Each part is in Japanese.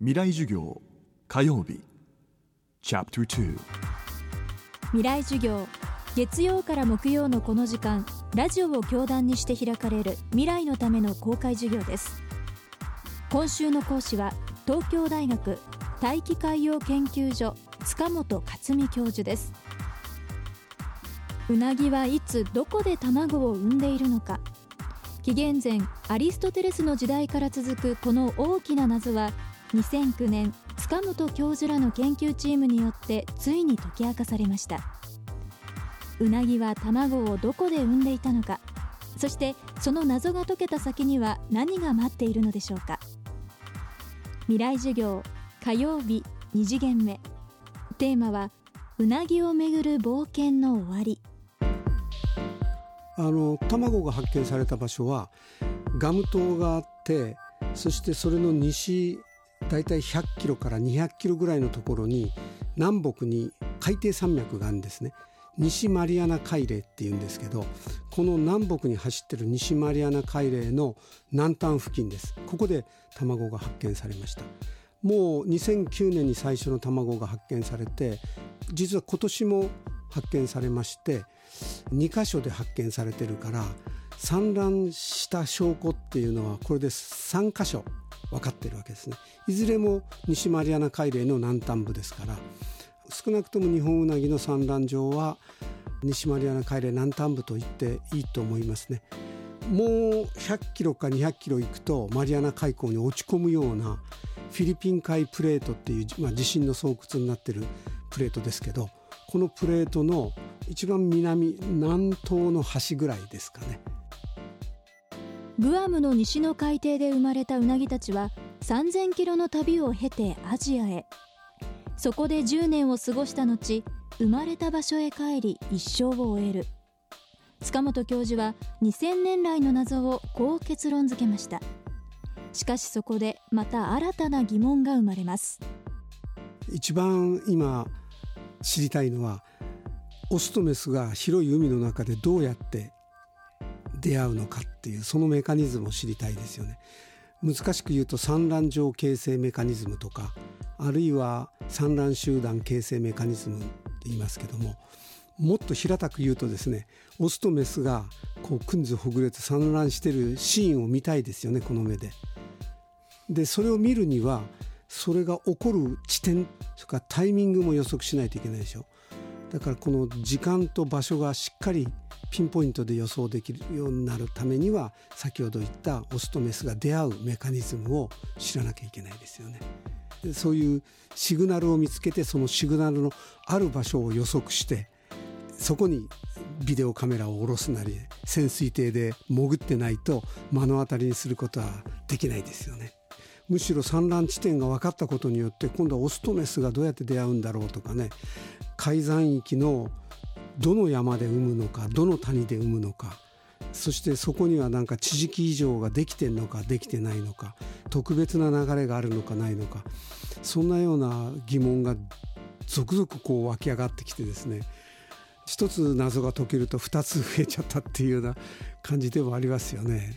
未来授業火曜日チャプター2 未来授業、月曜から木曜のこの時間、ラジオを教壇にして開かれる未来のための公開授業です。今週の講師は東京大学大気海洋研究所塚本克美教授です。うなぎはいつどこで卵を産んでいるのか。紀元前アリストテレスの時代から続くこの大きな謎は、2009年塚本教授らの研究チームによってついに解き明かされました。うなぎは卵をどこで産んでいたのか、そしてその謎が解けた先には何が待っているのでしょうか。未来授業火曜日2次元目、テーマはうなぎをめぐる冒険の終わり。 卵が発見された場所はガム島があって、そしてそれの西だいたい100キロから200キロぐらいのところに南北に海底山脈があるんですね。西マリアナ海嶺っていうんですけど、この南北に走ってる西マリアナ海嶺の南端付近です。ここで卵が発見されました。もう2009年に最初の卵が発見されて、実は今年も発見されまして、2カ所で発見されてるから、産卵した証拠っていうのはこれで3カ所分かってるわけですね。いずれも西マリアナ海嶺の南端部ですから、少なくともニホンウナギの産卵場は西マリアナ海嶺南端部と言っていいと思いますね。もう100キロか200キロ行くとマリアナ海溝に落ち込むようなフィリピン海プレートっていう、地震の巣窟になってるプレートですけど、このプレートの一番南東の端ぐらいですかね。 グアムの西の海底で生まれたウナギたちは3000キロの旅を経てアジアへ。そこで10年を過ごした後、生まれた場所へ帰り一生を終える。塚本教授は2000年来の謎をこう結論付けました。しかしそこでまた新たな疑問が生まれます。 一番今知りたいのは、オスとメスが広い海の中でどうやって出会うのかっていう、そのメカニズムを知りたいですよね。難しく言うと産卵場形成メカニズムとか、あるいは産卵集団形成メカニズムって言いますけども、もっと平たく言うとですね、オスとメスがこうくんずほぐれて産卵してるシーンを見たいですよね、この目で。でそれを見るには、それが起こる地点、それからタイミングも予測しないといけないでしょ。だからこの時間と場所がしっかりピンポイントで予想できるようになるためには、先ほど言ったオスとメスが出会うメカニズムを知らなきゃいけないですよね。でそういうシグナルを見つけて、そのシグナルのある場所を予測して、そこにビデオカメラを下ろすなり潜水艇で潜ってないと目の当たりにすることはできないですよね。むしろ産卵地点が分かったことによって、今度はオスとメスがどうやって出会うんだろうとかね、海山域のどの山で産むのか、どの谷で産むのか、そしてそこにはなんか地磁気異常ができてんのかできてないのか、特別な流れがあるのかないのか、そんなような疑問が続々こう湧き上がってきてですね、一つ謎が解けると二つ増えちゃったっていうような感じではありますよね。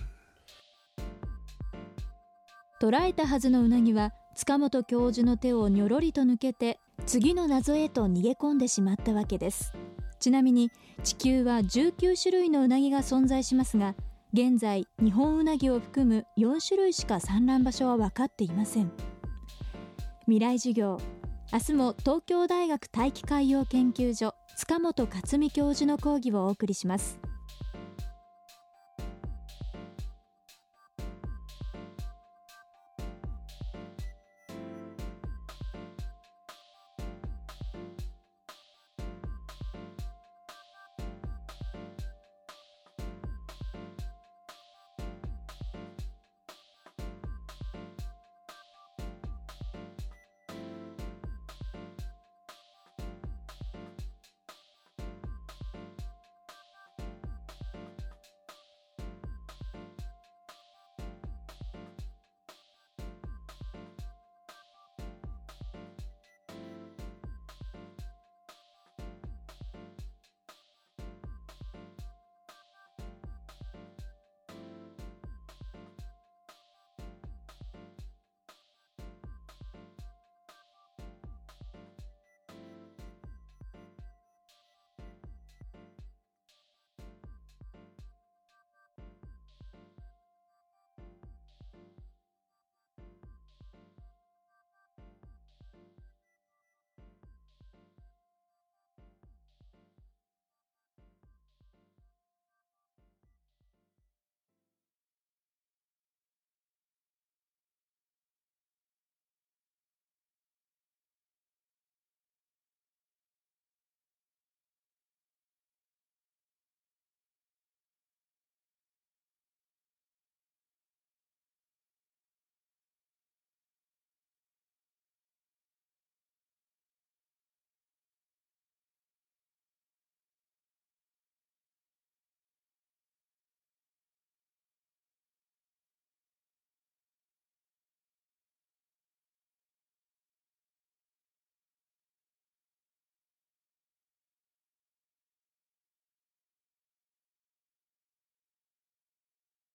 捕らえたはずのウナギは塚本教授の手をにょろりと抜けて次の謎へと逃げ込んでしまったわけです。ちなみに地球は19種類のウナギが存在しますが、現在ニホンウナギを含む4種類しか産卵場所は分かっていません。未来授業、明日も東京大学大気海洋研究所塚本克美教授の講義をお送りします。